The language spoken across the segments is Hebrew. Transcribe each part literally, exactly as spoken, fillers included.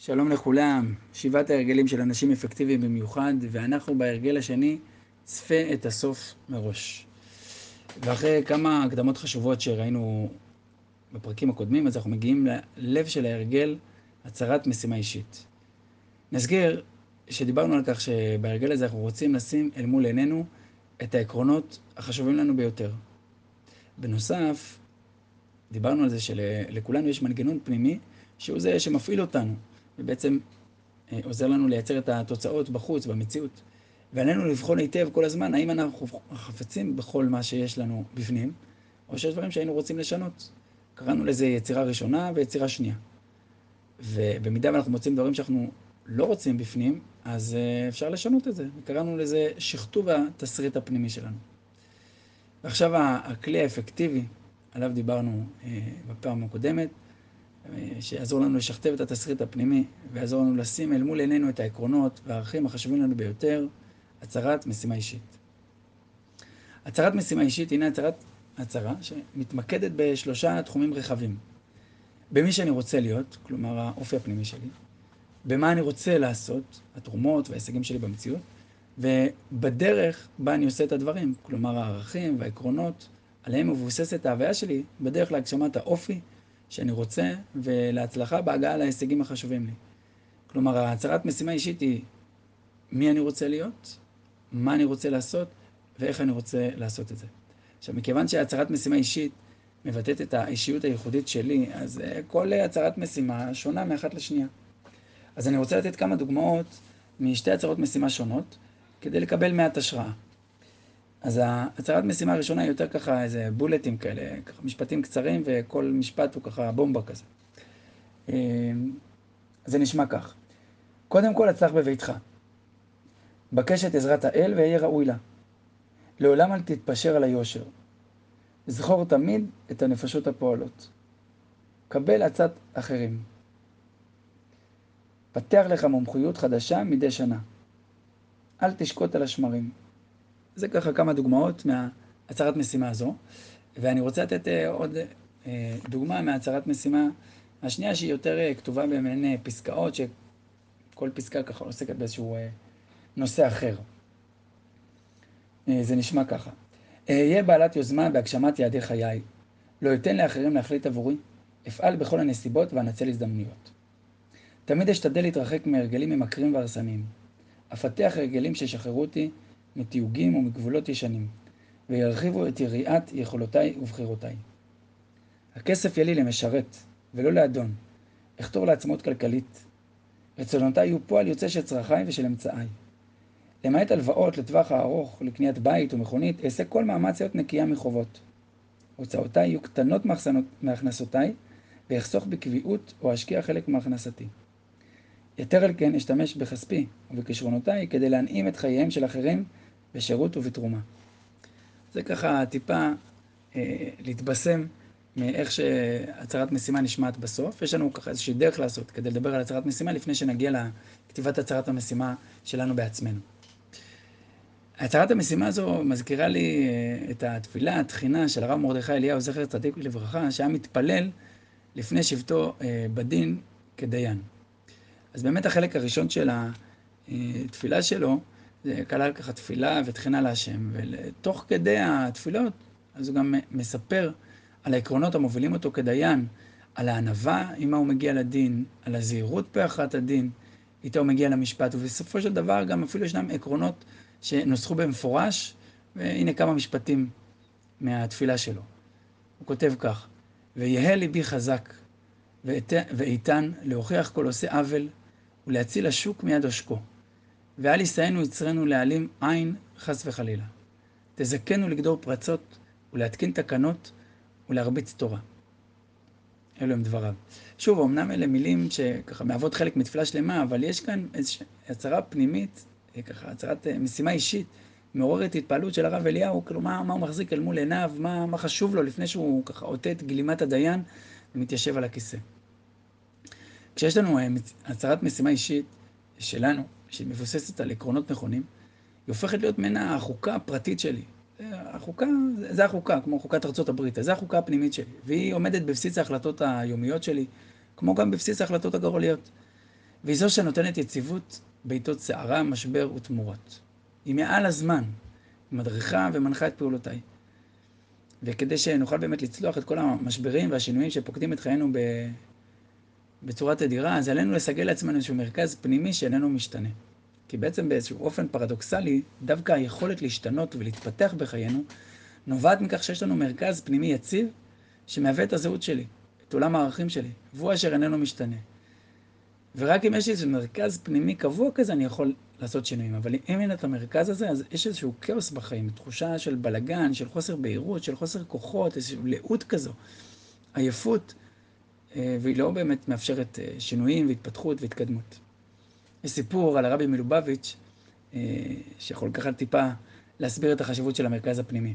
שלום לכולם, שבעת ההרגלים של אנשים אפקטיביים במיוחד, ואנחנו בהרגל השני, צפה את הסוף מראש. ואחרי כמה הקדמות חשובות שראינו בפרקים הקודמים, אז אנחנו מגיעים ללב של ההרגל, הצהרת משימה אישית. נזכיר שדיברנו על כך שבהרגל הזה אנחנו רוצים לשים אל מול עינינו את העקרונות החשובים לנו ביותר. בנוסף, דיברנו על זה שלכולנו יש מנגנון פנימי, שהוא זה שמפעיל אותנו, ובעצם עוזר לנו לייצר את התוצאות בחוץ, במציאות. ועלינו לבחון היטב כל הזמן, האם אנחנו חפצים בכל מה שיש לנו בפנים, או שיש דברים שהיינו רוצים לשנות. קראנו לזה יצירה ראשונה ויצירה שנייה. ובמידה ואנחנו מוצאים דברים שאנחנו לא רוצים בפנים, אז אפשר לשנות את זה. קראנו לזה שכתוב התסריט הפנימי שלנו. ועכשיו הכלי האפקטיבי, עליו דיברנו בפעם הקודמת, שיעזור לנו לשכתב את התסריט הפנימי, ויעזור לנו לשים אל מול עינינו את העקרונות והערכים החשובים לנו ביותר, הצהרת משימה אישית. הצהרת משימה אישית הינה הצהרת הצהרה שמתמקדת בשלושה תחומים רחבים. במי שאני רוצה להיות, כלומר האופי הפנימי שלי, במה אני רוצה לעשות, התרומות וההישגים שלי במציאות, ובדרך בה אני עושה את הדברים, כלומר הערכים והעקרונות, עליהם מבוססת ההוויה שלי בדרך להגשמת האופי שאני רוצה, ולהצלחה בהגעה להישגים החשובים לי. כלומר, הצהרת משימה אישית היא מי אני רוצה להיות, מה אני רוצה לעשות, ואיך אני רוצה לעשות את זה. עכשיו, מכיוון שהצהרת משימה אישית מבטאת את האישיות הייחודית שלי, אז כל הצהרת משימה שונה מאחת לשנייה. אז אני רוצה לתת כמה דוגמאות משתי הצהרות משימה שונות, כדי לקבל מעט השראה. אז הצהרת משימה הראשונה היא יותר ככה איזה בולטים כאלה, ככה משפטים קצרים, וכל משפט הוא ככה בומבה כזה. זה נשמע כך. קודם כל, הצלח בביתך. בקש את עזרת האל ואהיה ראוי לה. לעולם אל תתפשר על היושר. זכור תמיד את הנפשות הפועלות. קבל עצת אחרים. פתח לך מומחיות חדשה מדי שנה. אל תשקוט על השמרים. זה ככה כמה דוגמאות מהצהרת משימה הזו. ואני רוצה לתת עוד דוגמה מהצהרת משימה השנייה, שהיא יותר כתובה במעין פסקאות, שכל פסקה ככה עוסקת באיזשהו נושא אחר. זה נשמע ככה. אהיה בעלת יוזמה בהגשמת יעדי חיי. לא אתן לאחרים להחליט עבורי. אפעל בכל הנסיבות ואנצל הזדמנויות. תמיד אשתדל להתרחק מהרגלים ממכרים והרסניים. אפתח הרגלים ששחררו אותי מתיוגים ומגבולות ישנים, וירחיבו את יריעת יכולותיי ובחירותיי. הכסף יהיה לי למשרת, ולא לאדון. אכתור לעצמאות כלכלית. רצונותיי יהיו פועל יוצא של צרכיי ושל אמצעיי. למעט הלוואות לטווח הארוך, לקניית בית ומכונית, אעשה כל מאמץ להיות נקייה מחובות. הוצאותיי יהיו קטנות מהכנסותיי, ואחסוך בקביעות או אשקיע חלק מהכנסתי. יתר על כן אשתמש בכספי ובכישרונותיי כדי להנעים את חייהם של אחרים בשירות ובתרומה. זה ככה טיפה אה, להתבשם מאיך שהצהרת משימה נשמעת בסוף. יש לנו ככה איזושהי דרך לעשות כדי לדבר על הצהרת משימה לפני שנגיע לכתיבת הצהרת המשימה שלנו בעצמנו. הצהרת המשימה הזו מזכירה לי אה, את התפילה, התחינה של הרב מרדכי אליהו, זכר צדיק לברכה, שהיה מתפלל לפני שבתו אה, בדין כדיין. אז באמת החלק הראשון של התפילה שלו, זה כלל ככה תפילה ותחינה להשם, ותוך כדי התפילות, אז הוא גם מספר על העקרונות המובילים אותו כדיין, על הענווה, עם מה הוא מגיע לדין, על הזהירות בהכרעת הדין, איתו הוא מגיע למשפט, ובסופו של דבר גם אפילו ישנם עקרונות שנוסחו במפורש, והנה כמה משפטים מהתפילה שלו. הוא כותב כך: ויהא ליבי חזק ואיתן להוכיח כל עושה עוול, ולהציל השוק מיד עושקו. ואל יסענו יצרנו להעלים עין חס וחלילה. תזכנו לגדור פרצות ולהתקין תקנות ולהרביץ תורה. אלו הם דבריו. שוב, אמנם אלה מילים שככה מהוות חלק מתפילה שלמה, אבל יש כאן איזושהי הצהרה פנימית, ככה הצהרת משימה אישית, מעוררת התפעלות של הרב אליהו, כלומר מה הוא מחזיק אל מול עיניו, מה, מה חשוב לו לפני שהוא ככה עוטה את גלימת הדיין ומתיישב על הכיסא. כשיש לנו הצהרת משימה אישית שלנו, שהיא מבוססת על עקרונות נכונים, היא הופכת להיות מנה החוקה הפרטית שלי. החוקה, זה החוקה, כמו חוקת ארצות הברית, זה החוקה הפנימית שלי, והיא עומדת בבסיס ההחלטות היומיות שלי, כמו גם בבסיס ההחלטות הגורליות. והיא זו שנותנת יציבות בעיתות סערה, משבר ותמורות. היא מעל הזמן, היא מדריכה ומנחה את פעולותיי. וכדי שנוכל באמת לצלוח את כל המשברים והשינויים שפוקדים את חיינו ב... בצורה תדירה, אז עלינו לסגל לעצמנו איזשהו מרכז פנימי שאיננו משתנה. כי בעצם באיזשהו אופן פרדוקסלי, דווקא היכולת להשתנות ולהתפתח בחיינו, נובעת מכך שיש לנו מרכז פנימי יציב, שמהווה את הזהות שלי, את עולם הערכים שלי, והוא אשר איננו משתנה. ורק אם יש לי איזשהו מרכז פנימי קבוע כזה, אני יכול לעשות שינויים. אבל אם אין את המרכז הזה, אז יש איזשהו כאוס בחיים, תחושה של בלגן, של חוסר בהירות, של חוסר כוחות, איזשהו לאות כזו, עייפות, והיא לא באמת מאפשרת שינויים והתפתחות והתקדמות. יש סיפור על הרבי מלובביץ', שיכול ככה טיפה להסביר את החשיבות של המרכז הפנימי.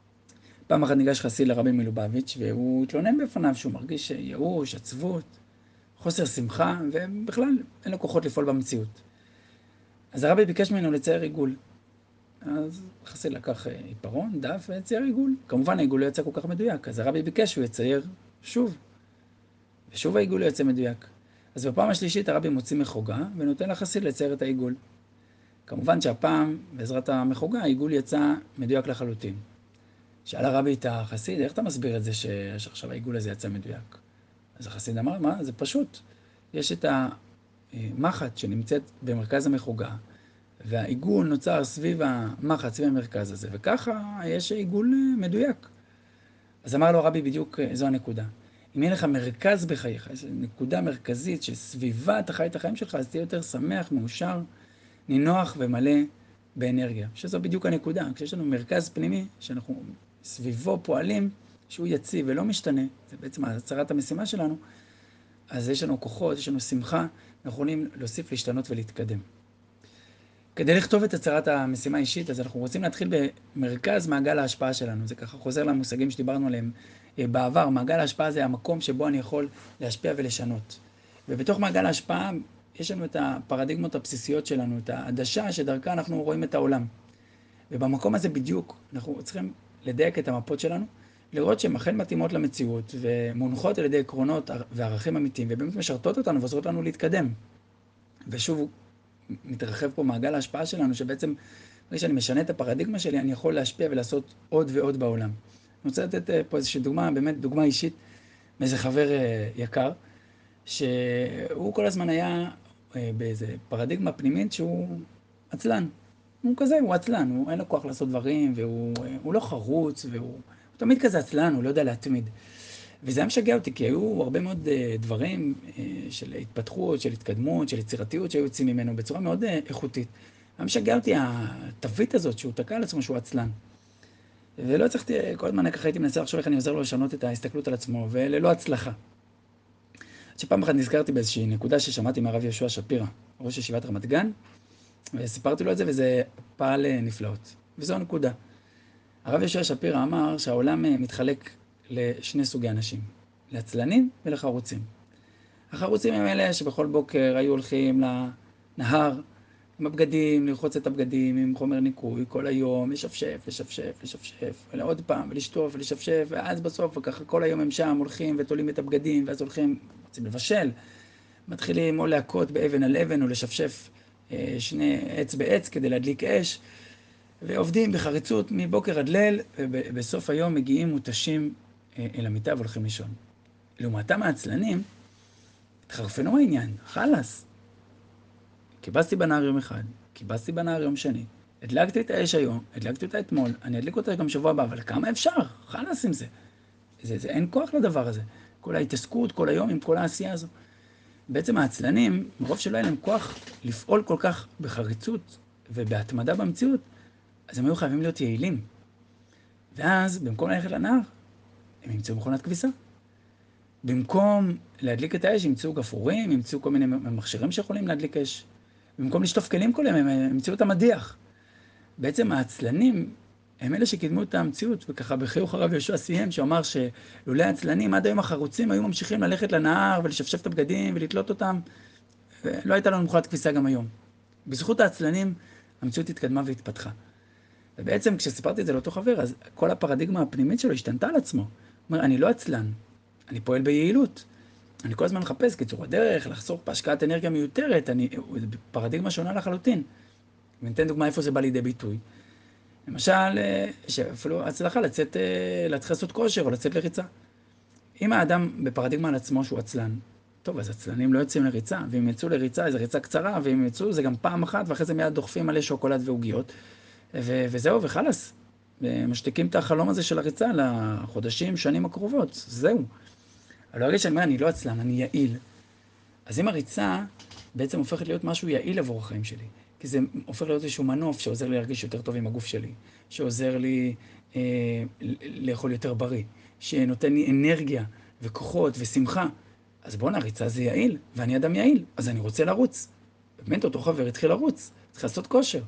פעם אחת ניגש חסיד לרבי מלובביץ', והוא התלונן בפניו שהוא מרגיש ייאוש, עצבות, חוסר שמחה, ובכלל אין לו כוחות לפעול במציאות. אז הרבי ביקש ממנו לצייר עיגול. אז חסיד לקח עיפרון, דף, וצייר עיגול. כמובן העיגול לא יצא כל כך מדויק, אז הרבי ביקש שהוא יצייר שוב. ושוב העיגול לא יוצא מדויק. אז בפעם השלישית הרבי מוציא מחוגה, ונותן לחסיד לצייר את העיגול. כמובן שהפעם, בעזרת המחוגה, העיגול יצא מדויק לחלוטין. שאל הרבי את החסיד, איך אתה מסביר את זה שעכשיו העיגול הזה יצא מדויק? אז החסיד אמר, מה? זה פשוט. יש את המחט שנמצאת במרכז המחוגה, והעיגול נוצר סביב המחט, סביב המרכז הזה, וככה יש עיגול מדויק. אז אמר לו הרבי בדיוק, זו הנקודה. אם יהיה לך מרכז בחייך, איזו נקודה מרכזית שסביבה אתה חי את החיים שלך, אז תהיה יותר שמח, מאושר, נינוח ומלא באנרגיה. שזו בדיוק הנקודה. כשיש לנו מרכז פנימי, שאנחנו סביבו פועלים, שהוא יציב ולא משתנה, זה בעצם הצהרת המשימה שלנו, אז יש לנו כוחות, יש לנו שמחה, אנחנו יכולים להוסיף, להשתנות ולהתקדם. כדי לכתוב את הצהרת המשימה האישית, אז אנחנו רוצים להתחיל במרכז מעגל ההשפעה שלנו. זה ככה חוזר למושגים שדיברנו עליהם בעבר. מעגל ההשפעה זה המקום שבו אני יכול להשפיע ולשנות. ובתוך מעגל ההשפעה יש לנו את הפרדיגמות הבסיסיות שלנו, את העדשה שדרכה אנחנו רואים את העולם. ובמקום הזה בדיוק אנחנו צריכים לדייק את המפות שלנו, לראות שהן אכן מתאימות למציאות ומונחות על ידי עקרונות וערכים אמיתיים, ובאמת משרתות אותנו ועוזרות לנו להתקדם. ושוב, מתרחב פה מעגל ההשפעה שלנו, שבעצם, ברגע שאני משנה את הפרדיגמה שלי, אני יכול להשפיע ולעשות עוד ועוד בעולם. אני רוצה לתת פה איזושהי דוגמה, באמת דוגמה אישית, מאיזה חבר יקר, שהוא כל הזמן היה באיזה פרדיגמה פנימית שהוא עצלן. הוא כזה, הוא עצלן, הוא אין לו כוח לעשות דברים, והוא לא חרוץ, והוא תמיד כזה עצלן, הוא לא יודע להתמיד. וזה היה משגע אותי, כי היו הרבה מאוד דברים של התפתחות, של התקדמות, של יצירתיות שהיו יוצאים ממנו בצורה מאוד איכותית. היה משגע אותי התווית הזאת שהוא תקע על עצמו שהוא עצלן. ולא הצלחתי, כל הזמן ככה הייתי מנסה לחשוב איך אני עוזר לו לשנות את ההסתכלות על עצמו, וללא הצלחה. שפעם אחת נזכרתי באיזושהי נקודה ששמעתי מהרב יהושע שפירא, ראש ישיבת רמת גן, וסיפרתי לו את זה וזה פעל נפלאות. וזו הנקודה. הרב יהושע שפירא אמר שהעולם מתחלק לשני סוגי אנשים, לעצלנים ולחרוצים. החרוצים הם אלה שבכל בוקר היו הולכים לנהר עם הבגדים, לרחוץ את הבגדים עם חומר ניקוי כל היום, לשפשף, לשפשף, לשפשף, עוד פעם, ולשטוף, ולשפשף, ואז בסוף, וככה כל היום הם שם הולכים ותולים את הבגדים, ואז הולכים, רוצים לבשל, מתחילים או להכות באבן על אבן, או לשפשף שני עץ בעץ כדי להדליק אש, ועובדים בחריצות מבוקר עד ליל, ובסוף היום מגיעים מותשים אל המיטה והולכים לישון. לעומתם העצלנים, התחרפנו העניין, חלאס. קיבסתי בנהר יום אחד, קיבסתי בנהר יום שני, הדלקתי את האש היום, הדלקתי אותה אתמול, אני אדליק אותה גם שבוע הבא, אבל כמה אפשר? חלאס עם זה. זה, זה. אין כוח לדבר הזה. כל ההתעסקות, כל היום עם כל העשייה הזו. בעצם העצלנים, מרוב שלא היה להם כוח לפעול כל כך בחריצות ובהתמדה במציאות, אז הם היו חייבים להיות יעילים. ואז, במקום ללכת לנהר, הם ימצאו מכונת כביסה. במקום להדליק את האש, ימצאו גפורים, ימצאו כל מיני מכשירים שיכולים להדליק אש. במקום לשטוף כלים כל הם ימצאו את המדיח. בעצם העצלנים הם אלה שקידמו את המציאות, וככה בחיוך הרב יהושע סיים, שאומר שלולא העצלנים, עד היום החרוצים היו ממשיכים ללכת לנהר ולשפשף את הבגדים ולתלות אותם, ולא הייתה לנו מכונת כביסה גם היום. בזכות העצלנים, המציאות התקדמה והתפתחה. ובעצם כשסיפרתי את זה לאותו חבר, אז כל הפרדיגמה הפנימית שלו השתנתה על עצמו. הוא אומר, אני לא עצלן, אני פועל ביעילות. אני כל הזמן מחפש קיצור הדרך, לחסוך בהשקעת אנרגיה מיותרת, אני, זה פרדיגמה שונה לחלוטין. וניתן דוגמה איפה זה בא לידי ביטוי. למשל, שאפילו הצלחה לצאת, להתחיל לעשות כושר או לצאת לריצה. אם האדם בפרדיגמה על עצמו שהוא עצלן, טוב, אז עצלנים לא יוצאים לריצה, ואם יצאו לריצה, איזו ריצה קצרה, ואם יצאו זה גם פעם אחת, ואחרי זה מיד דוחפים מלא שוקולד ועוגיות, ו- וזהו, וחלס. ומשתיקים את החלום הזה של הריצה לחודשים, שנים הקרובות, זהו. אבל לא אגיד שאני אומר, אני לא עצלן, אני יעיל. אז אם הריצה בעצם הופכת להיות משהו יעיל עבור החיים שלי, כי זה הופך להיות איזשהו מנוף שעוזר לי להרגיש יותר טוב עם הגוף שלי, שעוזר לי אה, לאכול יותר בריא, שנותן לי אנרגיה וכוחות ושמחה. אז בוא נריצה זה יעיל, ואני אדם יעיל, אז אני רוצה לרוץ. באמת אותו חבר התחיל לרוץ, צריך לעשות כושר.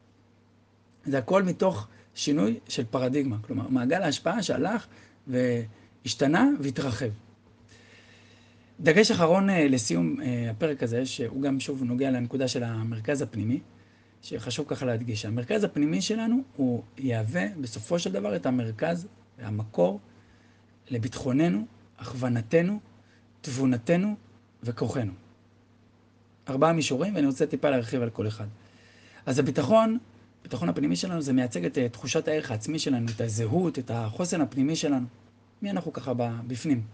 זה הכל מתוך שינוי של פרדיגמה, כלומר, מעגל ההשפעה שהלך והשתנה והתרחב. דגש אחרון לסיום הפרק הזה, שהוא גם שוב נוגע לנקודה של המרכז הפנימי, שחשוב ככה להדגיש. המרכז הפנימי שלנו הוא יהווה בסופו של דבר את המרכז, המקור לביטחוננו, הכוונתנו, תבונתנו וכוחנו. ארבעה מישורים, ואני רוצה טיפה להרחיב על כל אחד. אז הביטחון, הביטחון הפנימי שלנו זה מייצג את תחושת הערך העצמי שלנו, את הזהות, את החוסן הפנימי שלנו. מי אנחנו ככה בפנים?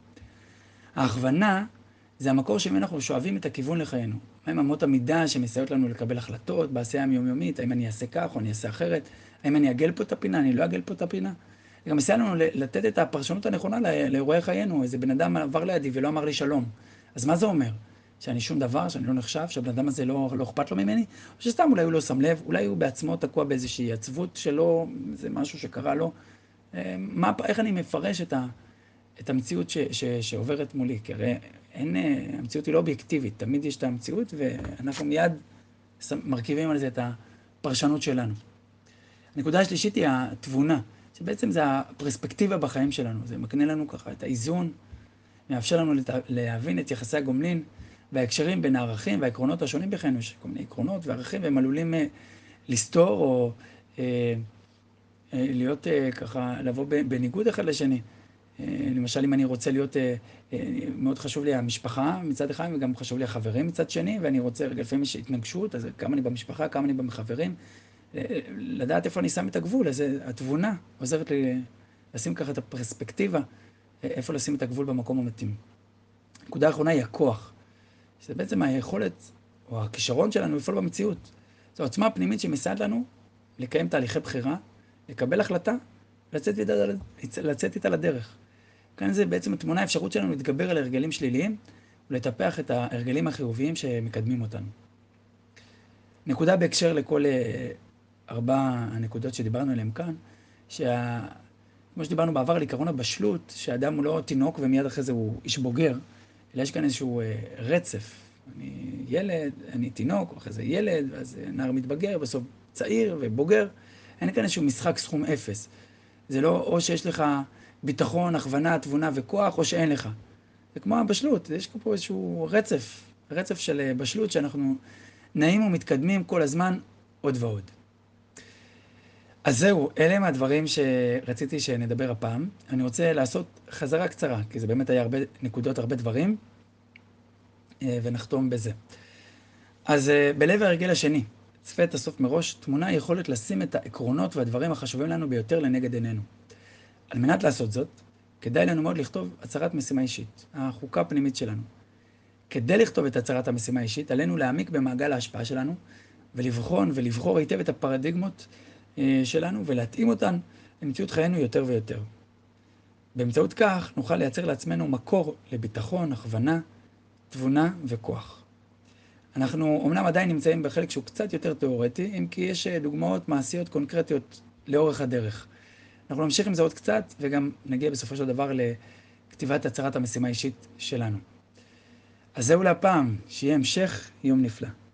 ההכוונה זה המקור שממנו אנחנו שואבים את הכיוון לחיינו. מהם אמות המידה שמסייעות לנו לקבל החלטות בעשייה היומיומית, האם אני אעשה כך או אני אעשה אחרת, האם אני אגל פה את הפינה, אני לא אגל פה את הפינה. זה גם מסייע לנו לתת את הפרשנות הנכונה לאירועי חיינו. איזה בן אדם עבר לידי ולא אמר לי שלום. אז מה זה אומר? שאני שום דבר, שאני לא נחשב, שהבן אדם הזה לא, לא אכפת לו ממני? או שסתם אולי הוא לא שם לב, אולי הוא בעצמו תקוע באיזושהי עצבות שלו, זה משהו שקרה לו. מה, איך אני מפרש את ה... את המציאות ש, ש, שעוברת מולי, כי הרי אין, המציאות היא לא אובייקטיבית, תמיד יש את המציאות ואנחנו מיד מרכיבים על זה את הפרשנות שלנו. הנקודה השלישית היא התבונה, שבעצם זה הפרספקטיבה בחיים שלנו, זה מקנה לנו ככה את האיזון, מאפשר לנו לת... להבין את יחסי הגומלין וההקשרים בין הערכים והעקרונות השונים בחיינו, יש כל מיני עקרונות וערכים והם עלולים אה, לסתור או אה, אה, להיות אה, ככה, לבוא בניגוד אחד לשני. למשל, אם אני רוצה להיות, מאוד חשוב לי המשפחה מצד אחד, וגם חשוב לי החברים מצד שני, ואני רוצה, לפעמים יש התנגשות, אז כמה אני במשפחה, כמה אני בחברים, לדעת איפה אני שם את הגבול, אז התבונה עוזרת לי לשים ככה את הפרספקטיבה, איפה לשים את הגבול במקום המתאים. הנקודה האחרונה היא הכוח, שזה בעצם היכולת, או הכישרון שלנו לפעול במציאות. זו עוצמה הפנימית שמסייעת לנו לקיים תהליכי בחירה, לקבל החלטה, לצאת איתה, לצאת איתה לדרך. כאן זה בעצם התמונה, האפשרות שלנו להתגבר על הרגלים שליליים ולטפח את ההרגלים החיוביים שמקדמים אותנו. נקודה בהקשר לכל ארבע הנקודות שדיברנו עליהן כאן, שה... כמו שדיברנו בעבר על עיקרון הבשלות, שהאדם הוא לא תינוק ומיד אחרי זה הוא איש בוגר, אלא יש כאן איזשהו רצף. אני ילד, אני תינוק, אחרי זה ילד, ואז נער מתבגר, בסוף צעיר ובוגר. אין כאן איזשהו משחק סכום אפס. זה לא או שיש לך ביטחון, הכוונה, תבונה וכוח, או שאין לך. זה כמו הבשלות, יש פה איזשהו רצף, רצף של בשלות שאנחנו נעים ומתקדמים כל הזמן עוד ועוד. אז זהו, אלה הם הדברים שרציתי שנדבר הפעם. אני רוצה לעשות חזרה קצרה, כי זה באמת היה הרבה נקודות, הרבה דברים, ונחתום בזה. אז בלב ההרגל השני, צפה את הסוף מראש, תמונה יכולת לשים את העקרונות והדברים החשובים לנו ביותר לנגד עינינו. על מנת לעשות זאת, כדאי לנו מאוד לכתוב הצהרת משימה אישית, החוקה הפנימית שלנו. כדי לכתוב את הצהרת המשימה האישית, עלינו להעמיק במעגל ההשפעה שלנו, ולבחון ולבחור היטב את הפרדיגמות שלנו, ולהתאים אותן למציאות חיינו יותר ויותר. באמצעות כך נוכל לייצר לעצמנו מקור לביטחון, הכוונה, תבונה וכוח. אנחנו אומנם עדיין נמצאים בחלק שהוא קצת יותר תיאורטי, אם כי יש דוגמאות מעשיות קונקרטיות לאורך הדרך. אנחנו נמשיך עם זה עוד קצת, וגם נגיע בסופו של דבר לכתיבת הצהרת המשימה האישית שלנו. אז זהו להפעם, שיהיה המשך יום נפלא.